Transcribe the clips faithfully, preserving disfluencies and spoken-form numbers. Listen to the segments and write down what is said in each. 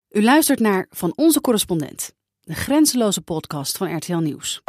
U luistert naar Van Onze Correspondent, de grenzeloze podcast van R T L Nieuws.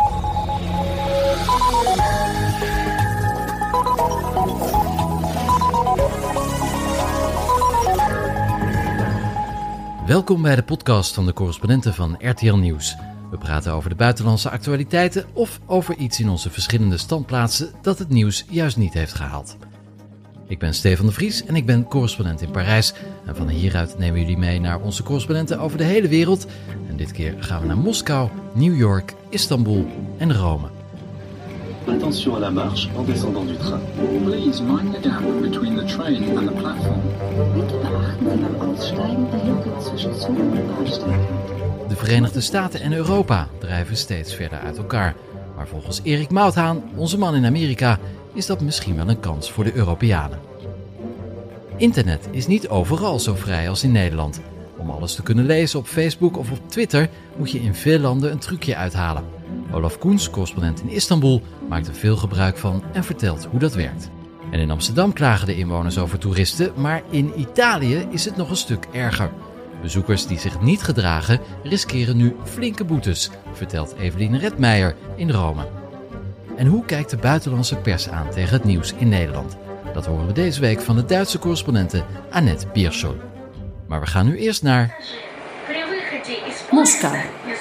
Welkom bij de podcast van de correspondenten van R T L Nieuws. We praten over de buitenlandse actualiteiten of over iets in onze verschillende standplaatsen dat het nieuws juist niet heeft gehaald. Ik ben Stefan de Vries en ik ben correspondent in Parijs. En van hieruit nemen we jullie mee naar onze correspondenten over de hele wereld. En dit keer gaan we naar Moskou, New York, Istanbul en Rome. Attention à la marche en descendant du train. Please mind the gap between the train and the platform. Bitte beachten Sie beim Aussteigen die Lücke zwischen Zug und Bahnsteig. De Verenigde Staten en Europa drijven steeds verder uit elkaar. Maar volgens Erik Mouthaan, onze man in Amerika, is dat misschien wel een kans voor de Europeanen. Internet is niet overal zo vrij als in Nederland. Om alles te kunnen lezen op Facebook of op Twitter moet je in veel landen een trucje uithalen. Olaf Koens, correspondent in Istanbul, maakt er veel gebruik van en vertelt hoe dat werkt. En in Amsterdam klagen de inwoners over toeristen, maar in Italië is het nog een stuk erger. Bezoekers die zich niet gedragen riskeren nu flinke boetes, vertelt Eveline Redmeijer in Rome. En hoe kijkt de buitenlandse pers aan tegen het nieuws in Nederland? Dat horen we deze week van de Duitse correspondente Annette Pierschol. Maar we gaan nu eerst naar Moskou.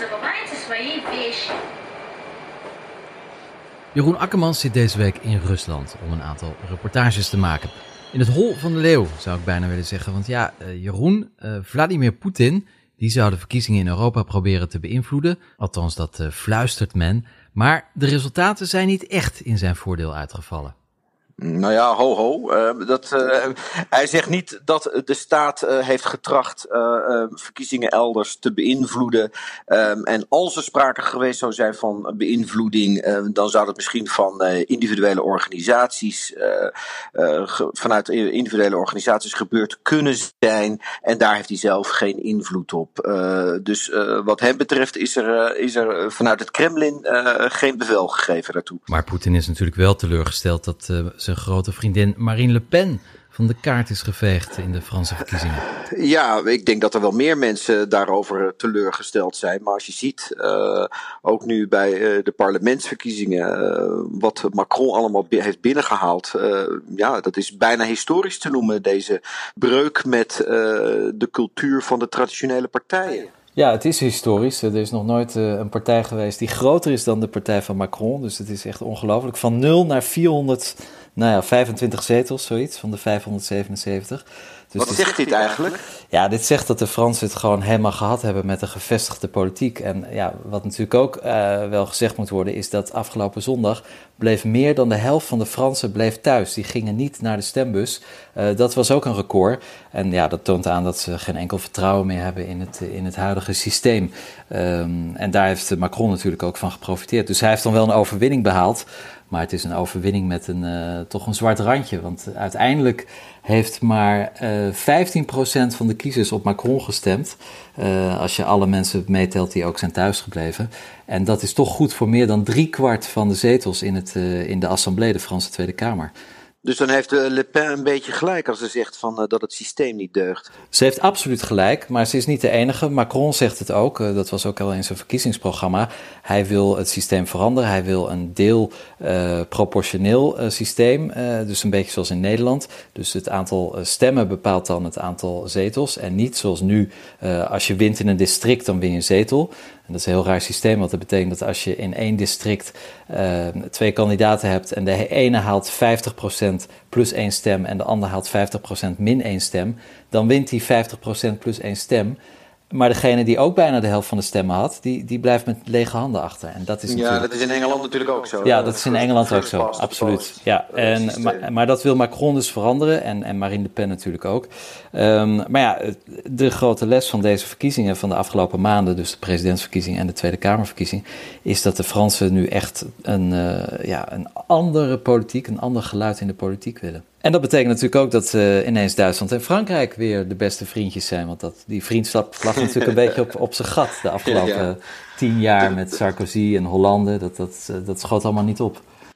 Jeroen Akkermans zit deze week in Rusland om een aantal reportages te maken. In het hol van de leeuw zou ik bijna willen zeggen. Want ja, uh, Jeroen, uh, Vladimir Poetin, die zou de verkiezingen in Europa proberen te beïnvloeden. Althans, dat uh, fluistert men. Maar de resultaten zijn niet echt in zijn voordeel uitgevallen. Nou ja, ho ho. Uh, dat, uh, hij zegt niet dat de staat uh, heeft getracht uh, uh, verkiezingen elders te beïnvloeden. Um, en als er sprake geweest zou zijn van beïnvloeding, uh, dan zou dat misschien van uh, individuele organisaties, uh, uh, ge, vanuit individuele organisaties gebeurd kunnen zijn. En daar heeft hij zelf geen invloed op. Uh, dus uh, wat hem betreft is er, uh, is er vanuit het Kremlin uh, geen bevel gegeven daartoe. Maar Poetin is natuurlijk wel teleurgesteld dat uh, zijn grote vriendin Marine Le Pen van de kaart is geveegd in de Franse verkiezingen. Ja, ik denk dat er wel meer mensen daarover teleurgesteld zijn. Maar als je ziet, uh, ook nu bij uh, de parlementsverkiezingen, uh, wat Macron allemaal b- heeft binnengehaald. Uh, ja, dat is bijna historisch te noemen, deze breuk met uh, de cultuur van de traditionele partijen. Ja, het is historisch. Er is nog nooit uh, een partij geweest die groter is dan de partij van Macron. Dus het is echt ongelooflijk. Van nul naar vierhonderd, nou ja, vijfentwintig zetels, zoiets, van de vijfhonderdzevenenzeventig. Dus Wat zegt dit eigenlijk? Ja, dit zegt dat de Fransen het gewoon helemaal gehad hebben met de gevestigde politiek. En ja, wat natuurlijk ook uh, wel gezegd moet worden, is dat afgelopen zondag bleef meer dan de helft van de Fransen bleef thuis. Die gingen niet naar de stembus. Uh, dat was ook een record. En ja, dat toont aan dat ze geen enkel vertrouwen meer hebben in het, in het huidige systeem. Um, en daar heeft Macron natuurlijk ook van geprofiteerd. Dus hij heeft dan wel een overwinning behaald. Maar het is een overwinning met een, uh, toch een zwart randje. Want uiteindelijk heeft maar uh, vijftien procent van de kiezers op Macron gestemd. Uh, als je alle mensen meetelt die ook zijn thuisgebleven. En dat is toch goed voor meer dan driekwart van de zetels in, het, uh, in de Assemblée, de Franse Tweede Kamer. Dus dan heeft uh, Le Pen een beetje gelijk als ze zegt van, uh, dat het systeem niet deugt. Ze heeft absoluut gelijk, maar ze is niet de enige. Macron zegt het ook, uh, dat was ook al in zijn verkiezingsprogramma. Hij wil het systeem veranderen. Hij wil een deel uh, proportioneel uh, systeem, uh, dus een beetje zoals in Nederland. Dus het aantal uh, stemmen bepaalt dan het aantal zetels. En niet zoals nu, uh, als je wint in een district, dan win je een zetel. En dat is een heel raar systeem, want dat betekent dat als je in één district uh, twee kandidaten hebt en de ene haalt vijftig procent plus één stem en de ander haalt vijftig procent min één stem, dan wint hij vijftig procent plus één stem. Maar degene die ook bijna de helft van de stemmen had, die, die blijft met lege handen achter. En dat is ja, dat is in Engeland natuurlijk ook zo. Ja, dat is in Engeland ook zo, absoluut. Ja, en, maar, maar dat wil Macron dus veranderen en, en Marine Le Pen natuurlijk ook. Um, maar ja, de grote les van deze verkiezingen van de afgelopen maanden, dus de presidentsverkiezing en de Tweede Kamerverkiezing, is dat de Fransen nu echt een, uh, ja, een andere politiek, een ander geluid in de politiek willen. En dat betekent natuurlijk ook dat uh, ineens Duitsland en Frankrijk weer de beste vriendjes zijn. Want dat, die vriendschap lag natuurlijk een beetje op, op zijn gat de afgelopen ja, ja. tien jaar met Sarkozy en Hollande. Dat, dat, dat schoot allemaal niet op.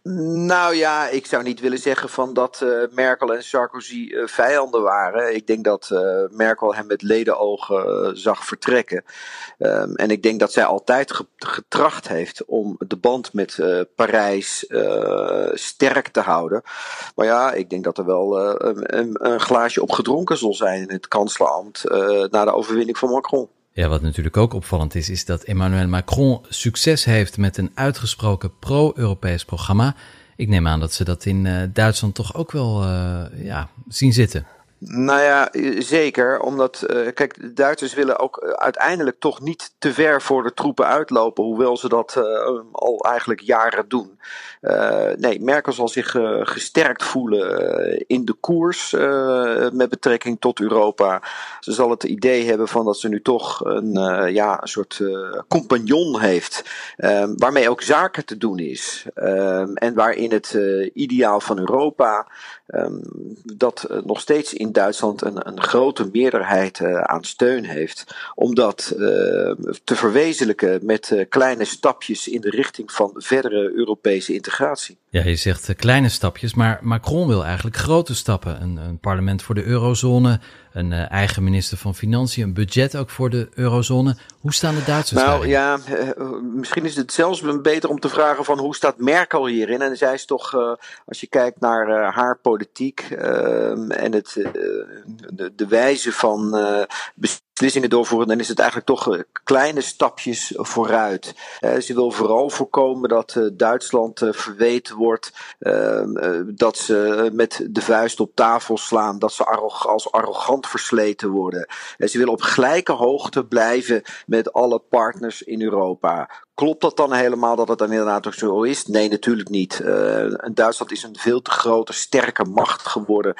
Nou ja, ik zou niet willen zeggen van dat uh, Merkel en Sarkozy uh, vijanden waren. Ik denk dat uh, Merkel hem met ledenogen uh, zag vertrekken. Um, en ik denk dat zij altijd getracht heeft om de band met uh, Parijs uh, sterk te houden. Maar ja, ik denk dat er wel uh, een, een glaasje op gedronken zal zijn in het kanslerambt uh, na de overwinning van Macron. Ja, wat natuurlijk ook opvallend is, is dat Emmanuel Macron succes heeft met een uitgesproken pro-Europees programma. Ik neem aan dat ze dat in uh, Duitsland toch ook wel uh, ja, zien zitten. Nou ja, zeker. Omdat, uh, kijk, de Duitsers willen ook uh, uiteindelijk toch niet te ver voor de troepen uitlopen. Hoewel ze dat uh, al eigenlijk jaren doen. Uh, nee, Merkel zal zich uh, gesterkt voelen uh, in de koers uh, met betrekking tot Europa. Ze zal het idee hebben van dat ze nu toch een, uh, ja, een soort uh, compagnon heeft. Uh, waarmee ook zaken te doen is. Uh, en waarin het uh, ideaal van Europa um, dat uh, nog steeds in Duitsland een, een grote meerderheid uh, aan steun heeft. Om dat uh, te verwezenlijken met uh, kleine stapjes in de richting van verdere Europese integratie. Ja, je zegt uh, kleine stapjes, maar Macron wil eigenlijk grote stappen. Een, een parlement voor de eurozone, een uh, eigen minister van Financiën, een budget ook voor de eurozone. Hoe staan de Duitsers nou, daarin? Nou ja, uh, misschien is het zelfs beter om te vragen van hoe staat Merkel hierin? En zij is toch, uh, als je kijkt naar uh, haar politiek uh, en het, uh, de, de wijze van uh, beslissingen doorvoeren, dan is het eigenlijk toch uh, kleine stapjes vooruit. Uh, ze wil vooral voorkomen dat uh, Duitsland uh, verweten wordt uh, uh, dat ze met de vuist op tafel slaan, dat ze arrog- als arrogant versleten worden. Uh, ze wil op gelijke hoogte blijven met alle partners in Europa. Klopt dat dan helemaal dat het dan inderdaad ook zo is? Nee, natuurlijk niet. Uh, Duitsland is een veel te grote, sterke macht geworden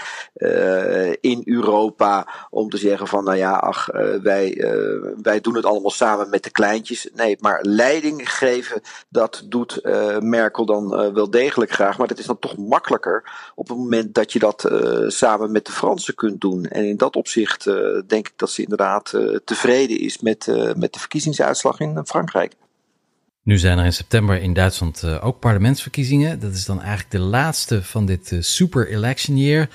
uh, in Europa om te zeggen van, nou ja, ach, uh, wij, uh, wij doen het allemaal samen met de kleintjes. Nee, maar leiding geven, dat doet uh, Merkel dan uh, wel degelijk graag. Maar dat is dan toch makkelijker op het moment dat je dat uh, samen met de Fransen kunt doen. En in dat opzicht uh, denk ik dat ze inderdaad uh, tevreden is met, uh, met de verkiezingsuitslag in Frankrijk. Nu zijn er in september in Duitsland uh, ook parlementsverkiezingen. Dat is dan eigenlijk de laatste van dit uh, super election year.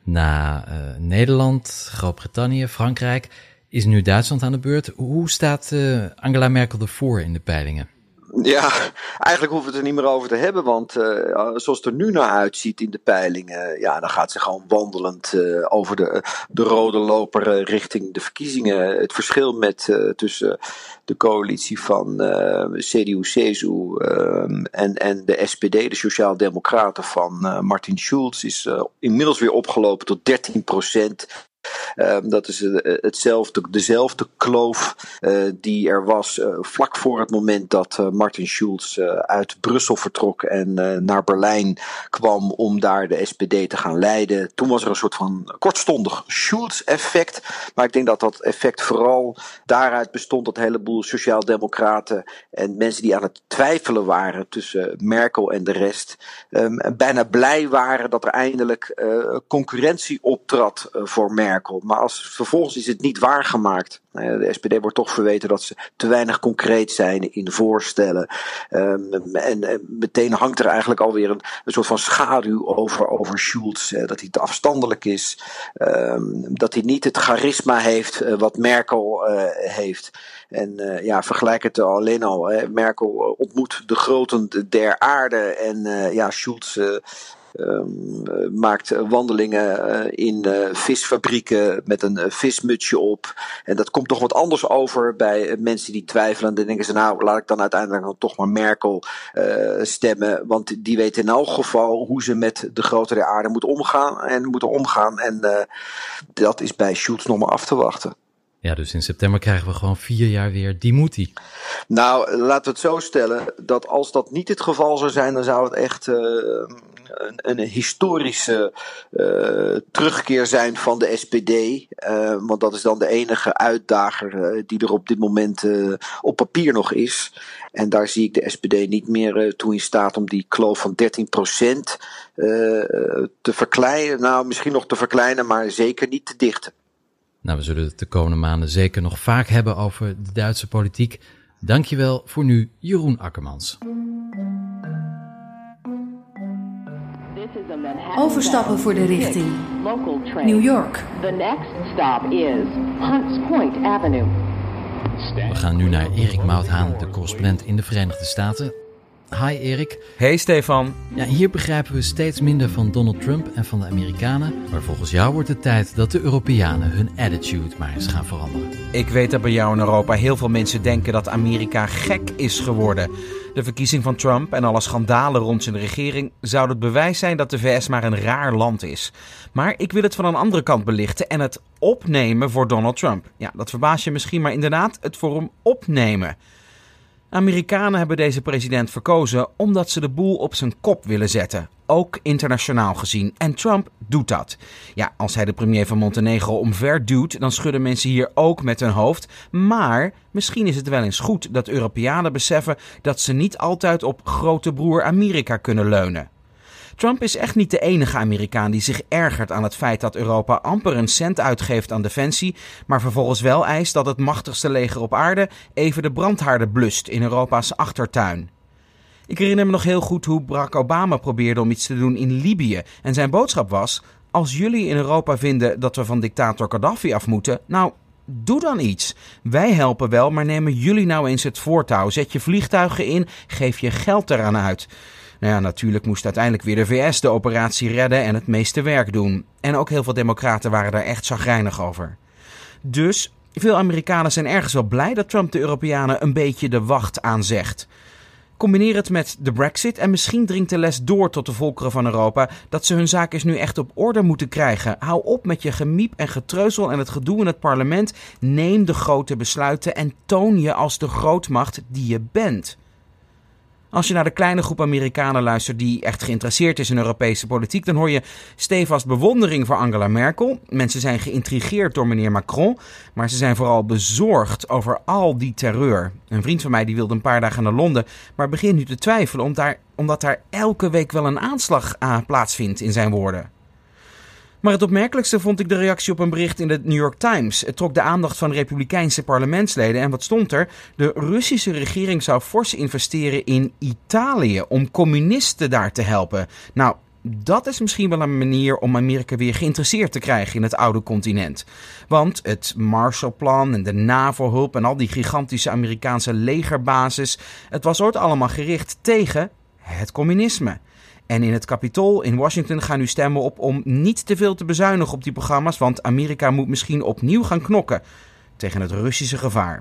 Na uh, Nederland, Groot-Brittannië, Frankrijk is nu Duitsland aan de beurt. Hoe staat uh, Angela Merkel ervoor in de peilingen? Ja, eigenlijk hoeven we het er niet meer over te hebben, want uh, zoals het er nu naar uitziet in de peilingen, ja, dan gaat ze gewoon wandelend uh, over de, de rode loper uh, richting de verkiezingen. Het verschil met, uh, tussen de coalitie van uh, C D U-C S U uh, en, en de S P D, de Sociaal-Democraten van uh, Martin Schulz, is uh, inmiddels weer opgelopen tot dertien procent. Um, dat is uh, hetzelfde, dezelfde kloof uh, die er was uh, vlak voor het moment dat uh, Martin Schulz uh, uit Brussel vertrok en uh, naar Berlijn kwam om daar de S P D te gaan leiden. Toen was er een soort van kortstondig Schulz-effect. Maar ik denk dat dat effect vooral daaruit bestond dat een heleboel sociaaldemocraten en mensen die aan het twijfelen waren tussen Merkel en de rest um, bijna blij waren dat er eindelijk uh, concurrentie optrad uh, voor Merkel. Maar als, vervolgens is het niet waargemaakt. De S P D wordt toch verweten dat ze te weinig concreet zijn in voorstellen. Um, en, en meteen hangt er eigenlijk alweer een, een soort van schaduw over, over Schulz. Uh, dat hij te afstandelijk is. Um, dat hij niet het charisma heeft uh, wat Merkel uh, heeft. En uh, ja, vergelijk het alleen al. Hè. Merkel ontmoet de groten der aarde. En uh, ja, Schulz Uh, Um, uh, maakt wandelingen uh, in uh, visfabrieken met een uh, vismutsje op. En dat komt toch wat anders over bij uh, mensen die twijfelen. En dan denken ze, nou, laat ik dan uiteindelijk dan toch maar Merkel uh, stemmen. Want die weet in elk geval hoe ze met de grote der aarde moet omgaan. En moeten omgaan. En uh, dat is bij Schulz nog maar af te wachten. Ja, dus in september krijgen we gewoon vier jaar weer die moet die. Nou, laten we het zo stellen, dat als dat niet het geval zou zijn, dan zou het echt uh, een, een historische uh, terugkeer zijn van de S P D. Uh, want dat is dan de enige uitdager uh, die er op dit moment uh, op papier nog is. En daar zie ik de S P D niet meer uh, toe in staat om die kloof van dertien procent uh, te verkleinen. Nou, misschien nog te verkleinen, maar zeker niet te dichten. Nou, we zullen het de komende maanden zeker nog vaak hebben over de Duitse politiek. Dankjewel voor nu, Jeroen Akkermans. Overstappen voor de richting New York. The next stop is Hunts Point Avenue. We gaan nu naar Erik Mouthaan, de correspondent in de Verenigde Staten. Hi Erik. Hey Stefan. Ja, hier begrijpen we steeds minder van Donald Trump en van de Amerikanen. Maar volgens jou wordt het tijd dat de Europeanen hun attitude maar eens gaan veranderen. Ik weet dat bij jou in Europa heel veel mensen denken dat Amerika gek is geworden. De verkiezing van Trump en alle schandalen rond zijn regering zouden het bewijs zijn dat de V S maar een raar land is. Maar ik wil het van een andere kant belichten en het opnemen voor Donald Trump. Ja, dat verbaast je misschien, maar inderdaad het voor hem opnemen. Amerikanen hebben deze president verkozen omdat ze de boel op zijn kop willen zetten. Ook internationaal gezien. En Trump doet dat. Ja, als hij de premier van Montenegro omver duwt, dan schudden mensen hier ook met hun hoofd. Maar misschien is het wel eens goed dat Europeanen beseffen dat ze niet altijd op grote broer Amerika kunnen leunen. Trump is echt niet de enige Amerikaan die zich ergert aan het feit dat Europa amper een cent uitgeeft aan defensie, maar vervolgens wel eist dat het machtigste leger op aarde even de brandhaarden blust in Europa's achtertuin. Ik herinner me nog heel goed hoe Barack Obama probeerde om iets te doen in Libië. En zijn boodschap was: als jullie in Europa vinden dat we van dictator Gaddafi af moeten, nou, doe dan iets. Wij helpen wel, maar nemen jullie nou eens het voortouw. Zet je vliegtuigen in, geef je geld eraan uit. Nou ja, natuurlijk moest uiteindelijk weer de V S de operatie redden en het meeste werk doen. En ook heel veel democraten waren daar echt chagrijnig over. Dus veel Amerikanen zijn ergens wel blij dat Trump de Europeanen een beetje de wacht aanzegt. Combineer het met de Brexit en misschien dringt de les door tot de volkeren van Europa dat ze hun zaakjes nu echt op orde moeten krijgen. Hou op met je gemiep en getreuzel en het gedoe in het parlement. Neem de grote besluiten en toon je als de grootmacht die je bent. Als je naar de kleine groep Amerikanen luistert die echt geïnteresseerd is in Europese politiek, dan hoor je stevast bewondering voor Angela Merkel. Mensen zijn geïntrigeerd door meneer Macron, maar ze zijn vooral bezorgd over al die terreur. Een vriend van mij die wilde een paar dagen naar Londen, maar begint nu te twijfelen omdat daar, omdat daar elke week wel een aanslag aan plaatsvindt in zijn woorden. Maar het opmerkelijkste vond ik de reactie op een bericht in de New York Times. Het trok de aandacht van Republikeinse parlementsleden. En wat stond er? De Russische regering zou fors investeren in Italië om communisten daar te helpen. Nou, dat is misschien wel een manier om Amerika weer geïnteresseerd te krijgen in het oude continent. Want het Marshallplan en de NAVO-hulp en al die gigantische Amerikaanse legerbases, het was ooit allemaal gericht tegen het communisme. En in het Capitool in Washington gaan nu stemmen op om niet te veel te bezuinigen op die programma's, want Amerika moet misschien opnieuw gaan knokken tegen het Russische gevaar.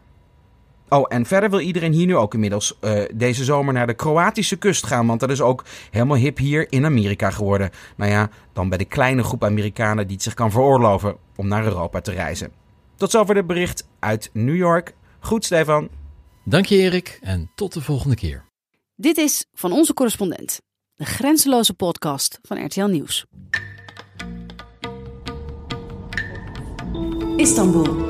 Oh, en verder wil iedereen hier nu ook inmiddels uh, deze zomer naar de Kroatische kust gaan, want dat is ook helemaal hip hier in Amerika geworden. Nou ja, dan bij de kleine groep Amerikanen die het zich kan veroorloven om naar Europa te reizen. Tot zover dit bericht uit New York. Goed, Stefan. Dank je, Erik, en tot de volgende keer. Dit is Van Onze Correspondent, de grenzeloze podcast van R T L Nieuws. Istanbul.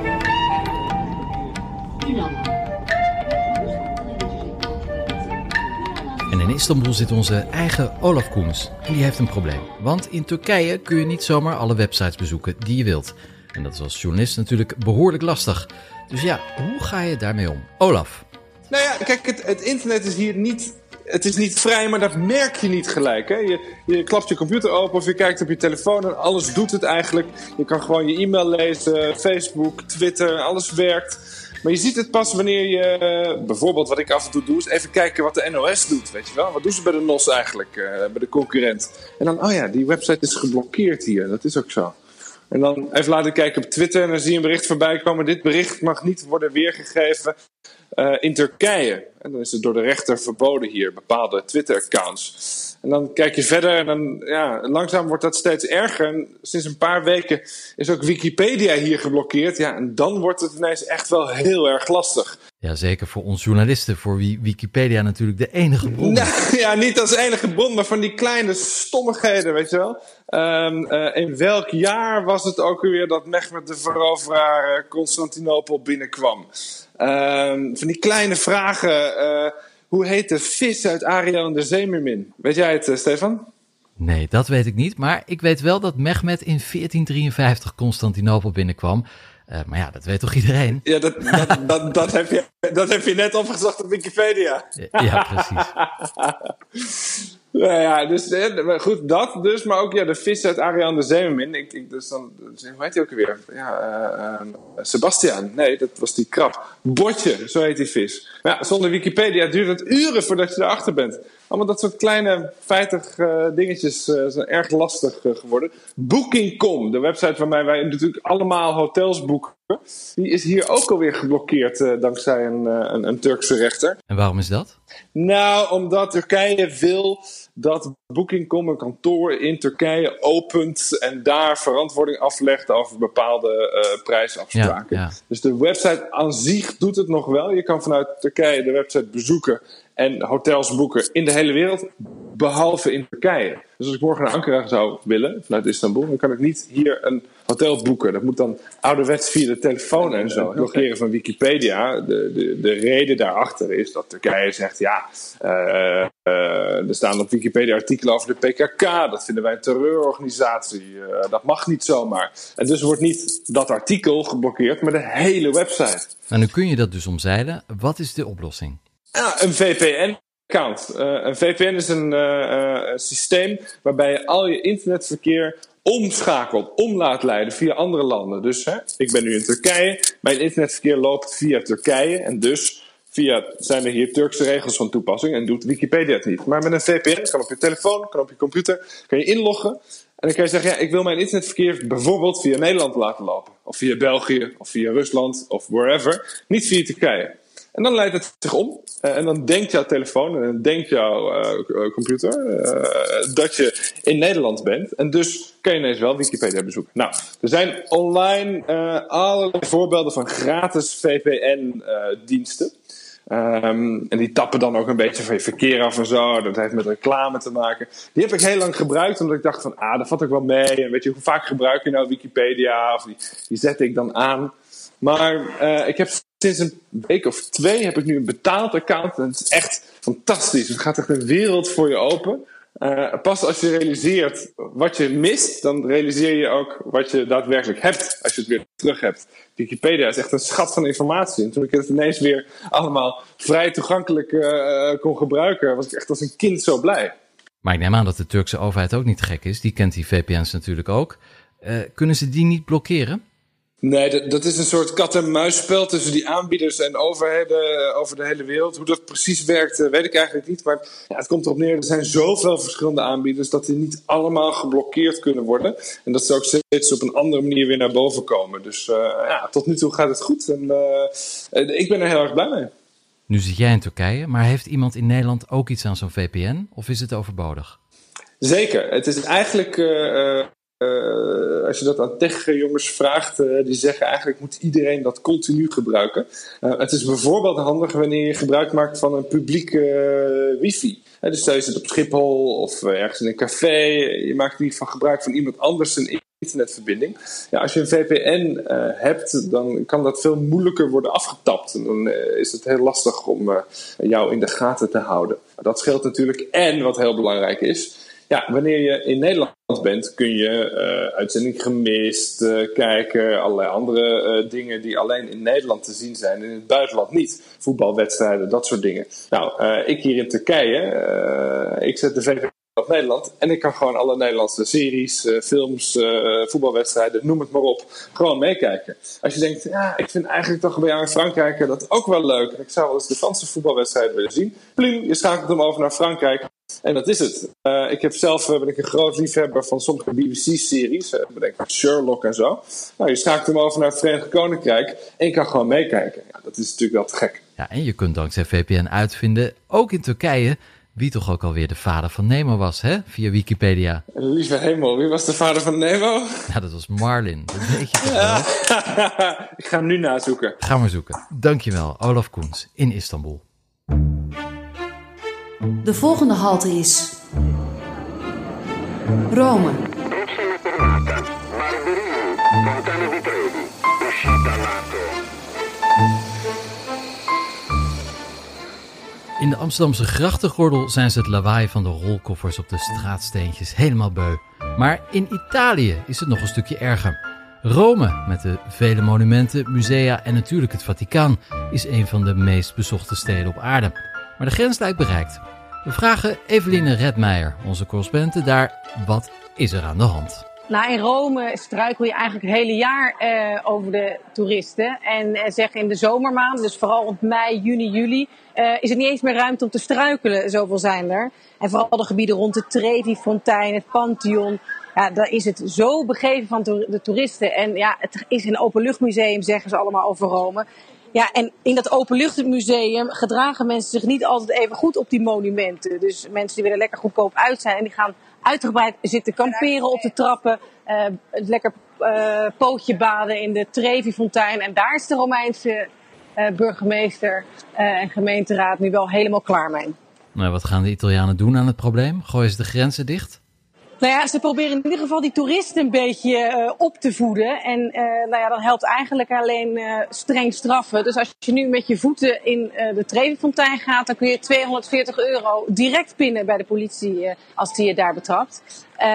En in Istanbul zit onze eigen Olaf Koens. En die heeft een probleem. Want in Turkije kun je niet zomaar alle websites bezoeken die je wilt. En dat is als journalist natuurlijk behoorlijk lastig. Dus ja, hoe ga je daarmee om? Olaf. Nou ja, kijk, het, het internet is hier niet... Het is niet vrij, maar dat merk je niet gelijk. Hè? Je, je klapt je computer open of je kijkt op je telefoon en alles doet het eigenlijk. Je kan gewoon je e-mail lezen, Facebook, Twitter, alles werkt. Maar je ziet het pas wanneer je, bijvoorbeeld wat ik af en toe doe, is even kijken wat de N O S doet. Weet je wel? Wat doen ze bij de N O S eigenlijk, uh, bij de concurrent? En dan, oh ja, die website is geblokkeerd hier. Dat is ook zo. En dan even laten kijken op Twitter en dan zie je een bericht voorbij komen. Dit bericht mag niet worden weergegeven uh, in Turkije. En dan is het door de rechter verboden hier, bepaalde Twitter-accounts. En dan kijk je verder en dan, ja, langzaam wordt dat steeds erger. En sinds een paar weken is ook Wikipedia hier geblokkeerd. Ja, en dan wordt het ineens echt wel heel erg lastig. Ja, zeker voor ons journalisten, voor wie Wikipedia natuurlijk de enige bron is. Nou, ja, niet als enige bron, maar van die kleine stommigheden, weet je wel. Um, uh, in welk jaar was het ook weer dat Mehmed de Veroveraar uh, Constantinopel binnenkwam? Um, van die kleine vragen... Uh, Hoe heet de vis uit Ariel en de Zeemermin? Weet jij het, uh, Stefan? Nee, dat weet ik niet. Maar ik weet wel dat Mehmed in veertien drieënvijftig Constantinopel binnenkwam. Uh, maar ja, dat weet toch iedereen? Ja, dat, dat, dat, dat, heb je, dat heb je net opgezocht op Wikipedia. Ja, precies. Nou ja, dus eh, goed, dat dus, maar ook ja, de vis uit Ariane de Zeemermin. Ik, ik, dus dan, hoe heet die ook alweer? Ja, uh, uh, Sebastiaan. Nee, dat was die krab. Botje, zo heet die vis. Maar ja, zonder Wikipedia duurt het uren voordat je erachter bent. Allemaal dat soort kleine, vijtig uh, dingetjes uh, zijn erg lastig uh, geworden. Booking punt com, de website waarmee wij natuurlijk allemaal hotels boeken, die is hier ook alweer geblokkeerd uh, dankzij een, uh, een, een Turkse rechter. En waarom is dat? Nou, omdat Turkije wil dat Booking punt com een kantoor in Turkije opent en daar verantwoording aflegt over bepaalde uh, prijsafspraken. Ja, ja. Dus de website aan zich doet het nog wel. Je kan vanuit Turkije de website bezoeken en hotels boeken in de hele wereld, behalve in Turkije. Dus als ik morgen naar Ankara zou willen, vanuit Istanbul, dan kan ik niet hier een hotel boeken. Dat moet dan ouderwets via de telefoon en zo. Blokkeren van Wikipedia. De, de, de reden daarachter is dat Turkije zegt, ja, uh, uh, er staan op Wikipedia artikelen over de P K K. Dat vinden wij een terreurorganisatie. Uh, dat mag niet zomaar. En dus wordt niet dat artikel geblokkeerd, maar de hele website. Nou, nu kun je dat dus omzeilen. Wat is de oplossing? Ja, een V P N-account. Uh, een V P N is een uh, uh, systeem waarbij je al je internetverkeer omschakelt, om laat leiden via andere landen. Dus hè, ik ben nu in Turkije, mijn internetverkeer loopt via Turkije en dus via, zijn er hier Turkse regels van toepassing en doet Wikipedia het niet. Maar met een V P N, kan op je telefoon, kan op je computer, kan je inloggen en dan kan je zeggen, ja, ik wil mijn internetverkeer bijvoorbeeld via Nederland laten lopen. Of via België, of via Rusland, of wherever. Niet via Turkije. En dan leidt het zich om. Uh, en dan denkt jouw telefoon en dan denkt jouw uh, computer uh, dat je in Nederland bent. En dus kan je ineens wel Wikipedia bezoeken. Nou, er zijn online uh, allerlei voorbeelden van gratis V P N-diensten. Uh, um, en die tappen dan ook een beetje van je verkeer af en zo. Dat heeft met reclame te maken. Die heb ik heel lang gebruikt, omdat ik dacht van, ah, dat vat ik wel mee. En weet je, hoe vaak gebruik je nou Wikipedia? Of die, die zet ik dan aan. Maar uh, ik heb sinds een week of twee heb ik nu een betaald account. En het is echt fantastisch. Het gaat echt een wereld voor je open. Uh, pas als je realiseert wat je mist, dan realiseer je ook wat je daadwerkelijk hebt als je het weer terug hebt. Wikipedia is echt een schat van informatie. En toen ik het ineens weer allemaal vrij toegankelijk uh, kon gebruiken, was ik echt als een kind zo blij. Maar ik neem aan dat de Turkse overheid ook niet gek is. Die kent die V P N's natuurlijk ook. Uh, kunnen ze die niet blokkeren? Nee, dat, dat is een soort kat-en-muisspel tussen die aanbieders en overheden over de hele wereld. Hoe dat precies werkt, weet ik eigenlijk niet. Maar ja, het komt erop neer, er zijn zoveel verschillende aanbieders dat die niet allemaal geblokkeerd kunnen worden. En dat ze ook steeds op een andere manier weer naar boven komen. Dus uh, ja, tot nu toe gaat het goed. En uh, ik ben er heel erg blij mee. Nu zit jij in Turkije, maar heeft iemand in Nederland ook iets aan zo'n V P N? Of is het overbodig? Zeker. Het is eigenlijk... Uh, Uh, als je dat aan tech-jongens vraagt, uh, die zeggen eigenlijk moet iedereen dat continu gebruiken. Uh, het is bijvoorbeeld handig wanneer je gebruik maakt van een publieke uh, wifi. Uh, dus stel je zit op Schiphol of uh, ergens in een café, je maakt in ieder geval gebruik van iemand anders een internetverbinding. Ja, als je een V P N uh, hebt, dan kan dat veel moeilijker worden afgetapt. En dan uh, is het heel lastig om uh, jou in de gaten te houden. Maar dat scheelt natuurlijk. En wat heel belangrijk is, ja, wanneer je in Nederland bent, kun je uh, uitzending gemist uh, kijken, allerlei andere uh, dingen die alleen in Nederland te zien zijn en in het buitenland niet. Voetbalwedstrijden, dat soort dingen. Nou, uh, ik hier in Turkije, uh, ik zet de V P N op Nederland en ik kan gewoon alle Nederlandse series, uh, films, uh, voetbalwedstrijden, noem het maar op, gewoon meekijken. Als je denkt, ja, ik vind eigenlijk toch bij jou in Frankrijk dat ook wel leuk en ik zou wel eens de Franse voetbalwedstrijden willen zien. Plim, je schakelt hem over naar Frankrijk. En dat is het. Uh, ik heb zelf uh, ben ik een groot liefhebber van sommige B B C-series. Uh, bedenk Sherlock en zo. Nou, je schakelt hem over naar het Verenigd Koninkrijk en je kan gewoon meekijken. Ja, dat is natuurlijk wel te gek. Ja, en je kunt dankzij V P N uitvinden, ook in Turkije, wie toch ook alweer de vader van Nemo was, hè? Via Wikipedia. Lieve hemel, wie was de vader van Nemo? Ja, dat was Marlin. Dat weet je toch wel? Ik ga hem nu nazoeken. Ga maar zoeken. Dankjewel, Olaf Koens in Istanbul. De volgende halte is Rome. In de Amsterdamse grachtengordel zijn ze het lawaai van de rolkoffers op de straatsteentjes helemaal beu. Maar in Italië is het nog een stukje erger. Rome, met de vele monumenten, musea en natuurlijk het Vaticaan, is een van de meest bezochte steden op aarde. Maar de grens lijkt bereikt. We vragen Eveline Redmeijer, onze correspondente daar, wat is er aan de hand? Nou, in Rome struikel je eigenlijk het hele jaar uh, over de toeristen. En uh, zeg in de zomermaanden, dus vooral op mei, juni, juli, uh, is er niet eens meer ruimte om te struikelen. Zoveel zijn er. En vooral de gebieden rond de Trevi-fontein, het Pantheon. Ja, daar is het zo begeven van to- de toeristen. En ja, het is een openluchtmuseum, zeggen ze allemaal over Rome. Ja, en in dat openluchtmuseum gedragen mensen zich niet altijd even goed op die monumenten. Dus mensen die willen lekker goedkoop uit zijn en die gaan uitgebreid zitten kamperen op de trappen. Uh, lekker uh, pootje baden in de Trevi-fontein. En daar is de Romeinse uh, burgemeester uh, en gemeenteraad nu wel helemaal klaar mee. Nou, wat gaan de Italianen doen aan het probleem? Gooien ze de grenzen dicht? Nou ja, ze proberen in ieder geval die toeristen een beetje uh, op te voeden. En uh, nou ja, dan helpt eigenlijk alleen uh, streng straffen. Dus als je nu met je voeten in uh, de Trevi-fontein gaat, dan kun je tweehonderdveertig euro direct pinnen bij de politie uh, als die je daar betrapt.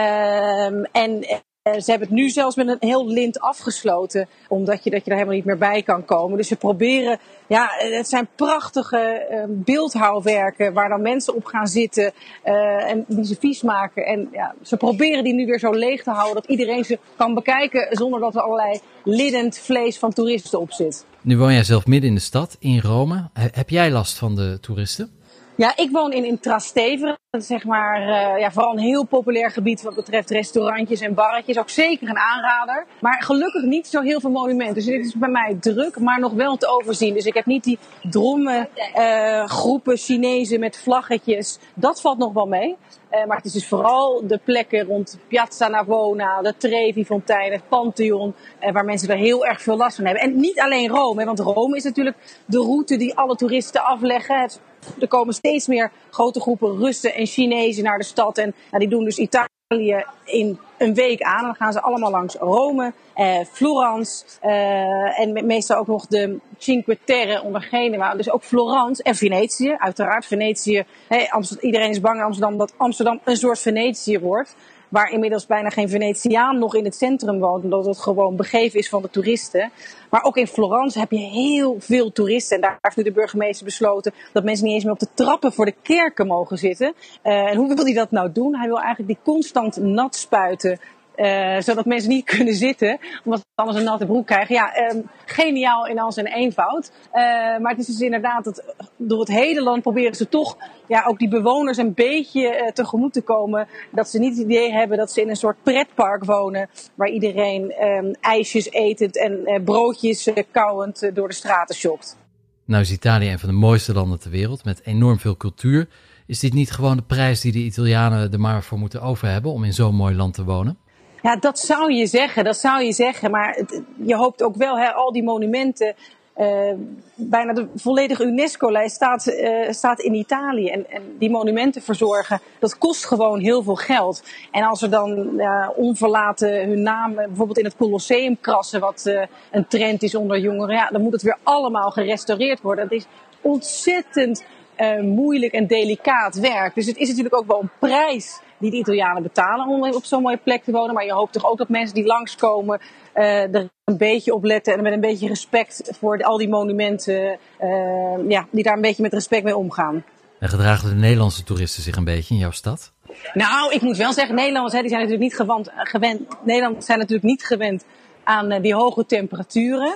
Uh, en uh, ze hebben het nu zelfs met een heel lint afgesloten, omdat je, dat je er helemaal niet meer bij kan komen. Dus ze proberen, ja, het zijn prachtige uh, beeldhouwwerken waar dan mensen op gaan zitten uh, en die ze vies maken. En ja, ze proberen die nu weer zo leeg te houden dat iedereen ze kan bekijken zonder dat er allerlei liddend vlees van toeristen op zit. Nu woon jij zelf midden in de stad, in Rome. Heb jij last van de toeristen? Ja, ik woon in, in Trastevere. Dat is zeg maar uh, ja, vooral een heel populair gebied wat betreft restaurantjes en barretjes. Ook zeker een aanrader. Maar gelukkig niet zo heel veel monumenten. Dus dit is bij mij druk, maar nog wel te overzien. Dus ik heb niet die dromme uh, groepen Chinezen met vlaggetjes. Dat valt nog wel mee. Uh, maar het is dus vooral de plekken rond Piazza Navona, de Trevi-fontein, het Pantheon, uh, waar mensen er heel erg veel last van hebben. En niet alleen Rome, hè, want Rome is natuurlijk de route die alle toeristen afleggen. Het, er komen steeds meer grote groepen Russen en Chinezen naar de stad. En nou, die doen dus Italië in een week aan. En dan gaan ze allemaal langs Rome, eh, Florence eh, en meestal ook nog de Cinque Terre onder Genua. Dus ook Florence en Venetië. Uiteraard Venetië. Hey, Amsterdam, iedereen is bang in Amsterdam dat Amsterdam een soort Venetië wordt. Waar inmiddels bijna geen Venetiaan nog in het centrum woont. Omdat het gewoon begeven is van de toeristen. Maar ook in Florence heb je heel veel toeristen. En daar heeft nu de burgemeester besloten dat mensen niet eens meer op de trappen voor de kerken mogen zitten. Uh, en hoe wil hij dat nou doen? Hij wil eigenlijk die constant nat spuiten. Uh, zodat mensen niet kunnen zitten, omdat ze anders een natte broek krijgen. Ja, um, geniaal in al zijn eenvoud. Uh, maar het is dus inderdaad dat door het hele land proberen ze toch ja, ook die bewoners een beetje uh, tegemoet te komen. Dat ze niet het idee hebben dat ze in een soort pretpark wonen, waar iedereen um, ijsjes etend en uh, broodjes uh, kauwend uh, door de straten shopt. Nou is Italië een van de mooiste landen ter wereld, met enorm veel cultuur. Is dit niet gewoon de prijs die de Italianen er maar voor moeten over hebben om in zo'n mooi land te wonen? Ja, dat zou je zeggen, dat zou je zeggen. Maar het, je hoopt ook wel, hè, al die monumenten, uh, bijna de volledige UNESCO-lijst staat, uh, staat in Italië. En, en die monumenten verzorgen, dat kost gewoon heel veel geld. En als er dan uh, onverlaten hun naam bijvoorbeeld in het Colosseum krassen, wat uh, een trend is onder jongeren, ja, dan moet het weer allemaal gerestaureerd worden. Dat is ontzettend uh, moeilijk en delicaat werk. Dus het is natuurlijk ook wel een prijs die de Italianen betalen om op zo'n mooie plek te wonen. Maar je hoopt toch ook dat mensen die langskomen uh, er een beetje op letten en met een beetje respect voor al die monumenten, uh, ja, die daar een beetje met respect mee omgaan. En gedragen de Nederlandse toeristen zich een beetje in jouw stad? Nou, ik moet wel zeggen, Nederlanders hè, die zijn natuurlijk niet gewend, gewend, Nederlanders zijn natuurlijk niet gewend aan uh, die hoge temperaturen.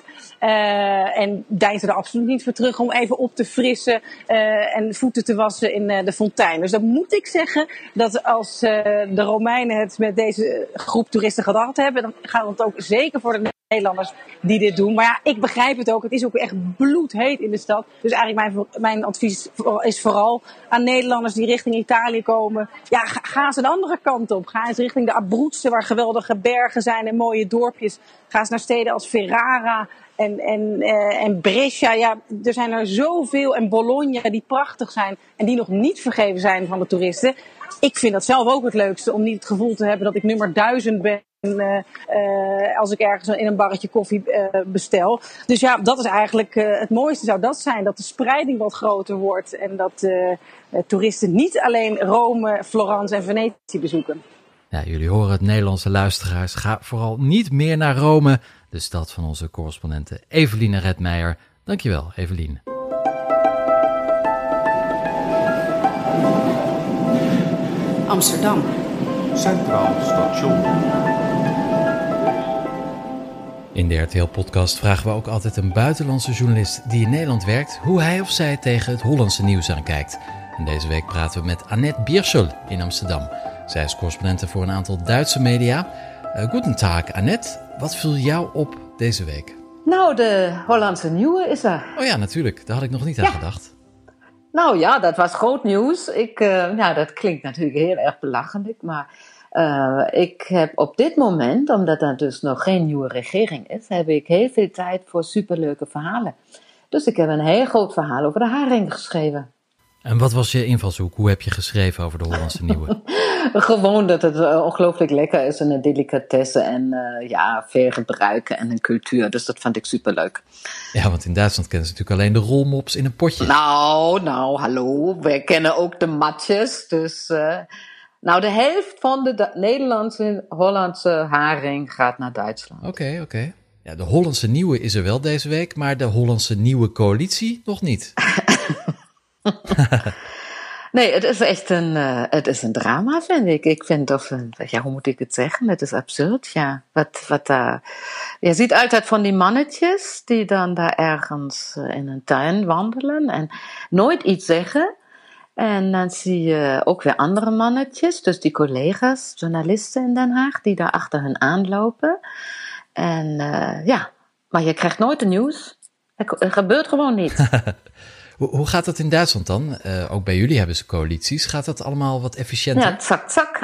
Uh, en deinzen er absoluut niet voor terug om even op te frissen uh, en voeten te wassen in uh, de fontein. Dus dan moet ik zeggen dat als uh, de Romeinen het met deze groep toeristen gedacht hebben, dan gaat het ook zeker voor de Nederlanders die dit doen. Maar ja, ik begrijp het ook. Het is ook echt bloedheet in de stad. Dus eigenlijk mijn, mijn advies is vooral aan Nederlanders die richting Italië komen. Ja, ga, ga eens een andere kant op. Ga eens richting de Abruzzen, waar geweldige bergen zijn en mooie dorpjes. Ga eens naar steden als Ferrara en, en, uh, en Brescia. Ja, er zijn er zoveel. En Bologna die prachtig zijn en die nog niet vergeven zijn van de toeristen. Ik vind dat zelf ook het leukste, om niet het gevoel te hebben dat ik nummer duizend ben. Uh, uh, als ik ergens in een barretje koffie uh, bestel. Dus ja, dat is eigenlijk uh, het mooiste zou dat zijn. Dat de spreiding wat groter wordt. En dat uh, toeristen niet alleen Rome, Florence en Venetië bezoeken. Ja, jullie horen het, Nederlandse luisteraars. Ga vooral niet meer naar Rome. De stad van onze correspondente Eveline Redmeijer. Dankjewel, Eveline. Amsterdam. Centraal Station. In de R T L-podcast vragen we ook altijd een buitenlandse journalist die in Nederland werkt hoe hij of zij tegen het Hollandse nieuws aankijkt. En deze week praten we met Annette Bierschel in Amsterdam. Zij is correspondente voor een aantal Duitse media. Uh, Guten Tag, Annette. Wat viel jou op deze week? Nou, de Hollandse nieuwe is er. Oh ja, natuurlijk. Daar had ik nog niet aan ja. gedacht. Nou ja, dat was groot nieuws. Ik, uh, ja, dat klinkt natuurlijk heel erg belachelijk, maar uh, ik heb op dit moment, omdat er dus nog geen nieuwe regering is, heb ik heel veel tijd voor superleuke verhalen. Dus ik heb een heel groot verhaal over de haring geschreven. En wat was je invalshoek? Hoe heb je geschreven over de Hollandse nieuwe? Gewoon dat het uh, ongelooflijk lekker is en een delicatesse en uh, ja, veel gebruiken en een cultuur. Dus dat vond ik superleuk. Ja, want in Duitsland kennen ze natuurlijk alleen de rolmops in een potje. Nou, nou, hallo. We kennen ook de matjes. Dus, uh, nou, de helft van de du- Nederlandse, Hollandse haring gaat naar Duitsland. Oké, okay, oké. Okay. Ja, de Hollandse nieuwe is er wel deze week, maar de Hollandse nieuwe coalitie nog niet. Nee, het is echt een, uh, het is een drama, vind ik. Ik vind of een, ja, hoe moet ik het zeggen? Het is absurd, ja. Wat, wat daar, je ziet altijd van die mannetjes die dan daar ergens uh, in een tuin wandelen en nooit iets zeggen. En dan zie je ook weer andere mannetjes, dus die collega's, journalisten in Den Haag, die daar achter hen aanlopen. En uh, ja, maar je krijgt nooit de nieuws. Het gebeurt gewoon niet. Hoe gaat dat in Duitsland dan? Uh, ook bij jullie hebben ze coalities. Gaat dat allemaal wat efficiënter? Ja, zak, zak.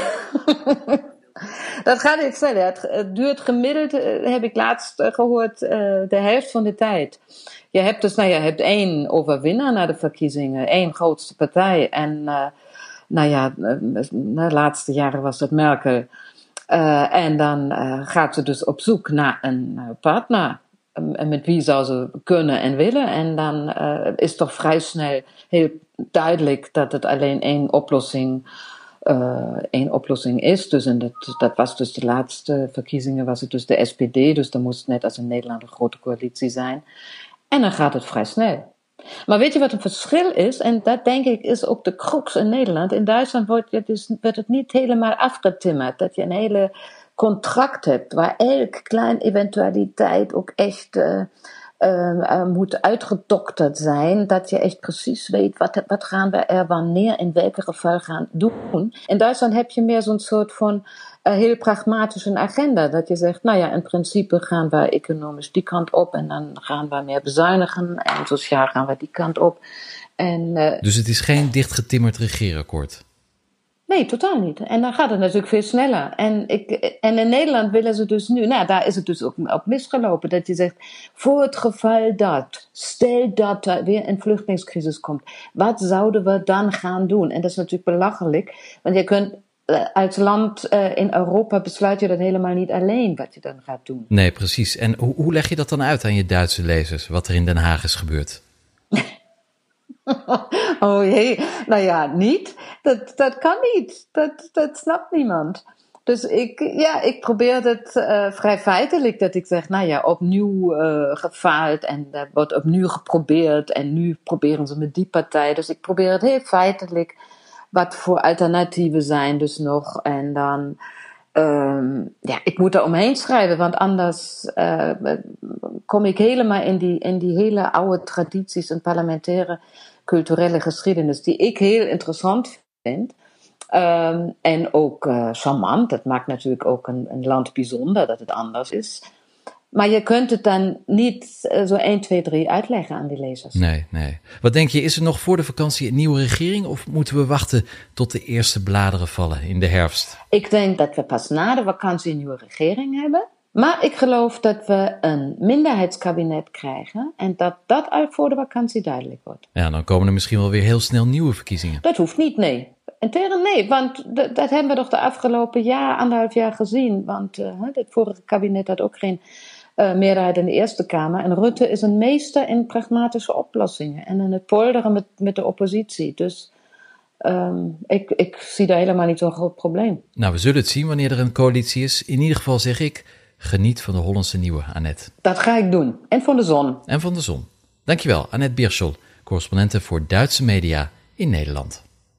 Dat gaat niet sneller. Het, het duurt gemiddeld, heb ik laatst uh, gehoord, uh, de helft van de tijd. Je hebt dus, nou ja, je hebt één overwinnaar na de verkiezingen, één grootste partij. En uh, nou ja, de laatste jaren was dat Merkel. Uh, en dan uh, gaat ze dus op zoek naar een uh, partner. En met wie zou ze kunnen en willen. En dan uh, is toch vrij snel heel duidelijk dat het alleen één oplossing, uh, één oplossing is. Dus en dat, dat was dus de laatste verkiezingen, was het dus de S P D. Dus dan moest het net als in Nederland een grote coalitie zijn. En dan gaat het vrij snel. Maar weet je wat een verschil is? En dat denk ik is ook de crux in Nederland. In Duitsland wordt het, dus, wordt het niet helemaal afgetimmerd. Dat je een hele contract hebt, waar elke kleine eventualiteit ook echt uh, uh, uh, moet uitgedokterd zijn, dat je echt precies weet, wat, wat gaan we er wanneer, in welke geval gaan doen. In Duitsland heb je meer zo'n soort van uh, heel pragmatische agenda, dat je zegt, nou ja, in principe gaan we economisch die kant op en dan gaan we meer bezuinigen en sociaal gaan we die kant op. En, uh, dus het is geen dichtgetimmerd regeerakkoord? Nee, totaal niet. En dan gaat het natuurlijk veel sneller. En, ik, en in Nederland willen ze dus nu, nou daar is het dus ook op misgelopen, dat je zegt, voor het geval dat, stel dat er weer een vluchtelingscrisis komt, wat zouden we dan gaan doen? En dat is natuurlijk belachelijk, want je kunt uh, als land uh, in Europa besluit je dat helemaal niet alleen, wat je dan gaat doen. Nee, precies. En hoe, hoe leg je dat dan uit aan je Duitse lezers, wat er in Den Haag is gebeurd? Oh jee, nou ja, niet. Dat, dat kan niet. Dat, dat snapt niemand. Dus ik, ja, ik probeer het uh, vrij feitelijk, dat ik zeg, nou ja, opnieuw uh, gefaald en er wordt opnieuw geprobeerd en nu proberen ze met die partij. Dus ik probeer het heel feitelijk, wat voor alternatieven zijn dus nog. En dan, um, ja, ik moet er omheen schrijven, want anders uh, kom ik helemaal in die, in die hele oude tradities en parlementaire culturele geschiedenis, die ik heel interessant vind. Um, en ook uh, charmant. Dat maakt natuurlijk ook een, een land bijzonder, dat het anders is. Maar je kunt het dan niet uh, zo één, twee, drie uitleggen aan die lezers. Nee, nee. Wat denk je, is er nog voor de vakantie een nieuwe regering of moeten we wachten tot de eerste bladeren vallen in de herfst? Ik denk dat we pas na de vakantie een nieuwe regering hebben. Maar ik geloof dat we een minderheidskabinet krijgen en dat dat uit voor de vakantie duidelijk wordt. Ja, dan komen er misschien wel weer heel snel nieuwe verkiezingen. Dat hoeft niet, nee. En tegen nee, want d- dat hebben we toch de afgelopen jaar, anderhalf jaar gezien. Want uh, het vorige kabinet had ook geen uh, meerderheid in de Eerste Kamer. En Rutte is een meester in pragmatische oplossingen en in het polderen met, met de oppositie. Dus um, ik, ik zie daar helemaal niet zo'n groot probleem. Nou, we zullen het zien wanneer er een coalitie is. In ieder geval zeg ik, geniet van de Hollandse nieuwe, Annette. Dat ga ik doen. En van de zon. En van de zon. Dankjewel, Annette Bierschel, correspondente voor Duitse media in Nederland.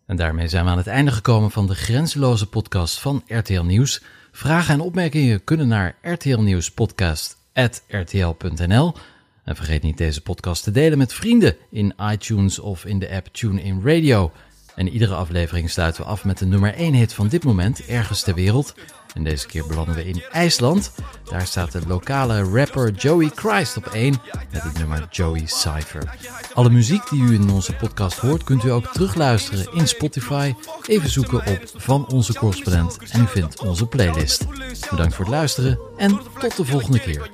En daarmee zijn we aan het einde gekomen van de grenzeloze podcast van R T L Nieuws. Vragen en opmerkingen kunnen naar rtlnieuwspodcast at r t l punt n l. En vergeet niet deze podcast te delen met vrienden in iTunes of in de app TuneIn Radio. En iedere aflevering sluiten we af met de nummer één hit van dit moment, ergens ter wereld. En deze keer belanden we in IJsland. Daar staat de lokale rapper Joey Christ op één met het nummer Joey Cypher. Alle muziek die u in onze podcast hoort kunt u ook terugluisteren in Spotify. Even zoeken op Van Onze Correspondent en u vindt onze playlist. Bedankt voor het luisteren en tot de volgende keer.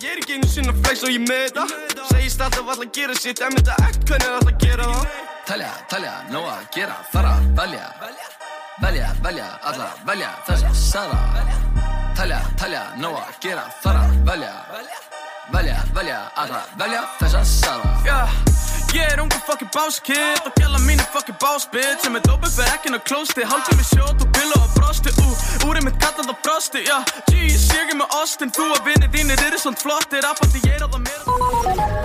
Velja, velja, alla, velja þessa sara Telja, telja, nóa, gera, fara Velja, velja, velja, alla, velja þessa sara Yeah, ég er ungu fucking boss kid Og gæla mínu fucking boss bitch Sem er dópið fyrir ekki ná klósti Haldið mig sjót og pillu og brosti Ú, úrið mitt kallað og brosti Yeah, G, ég sé ekki með Austin Þú að vinni þínir eru svont flottir Appandi ég er á það mér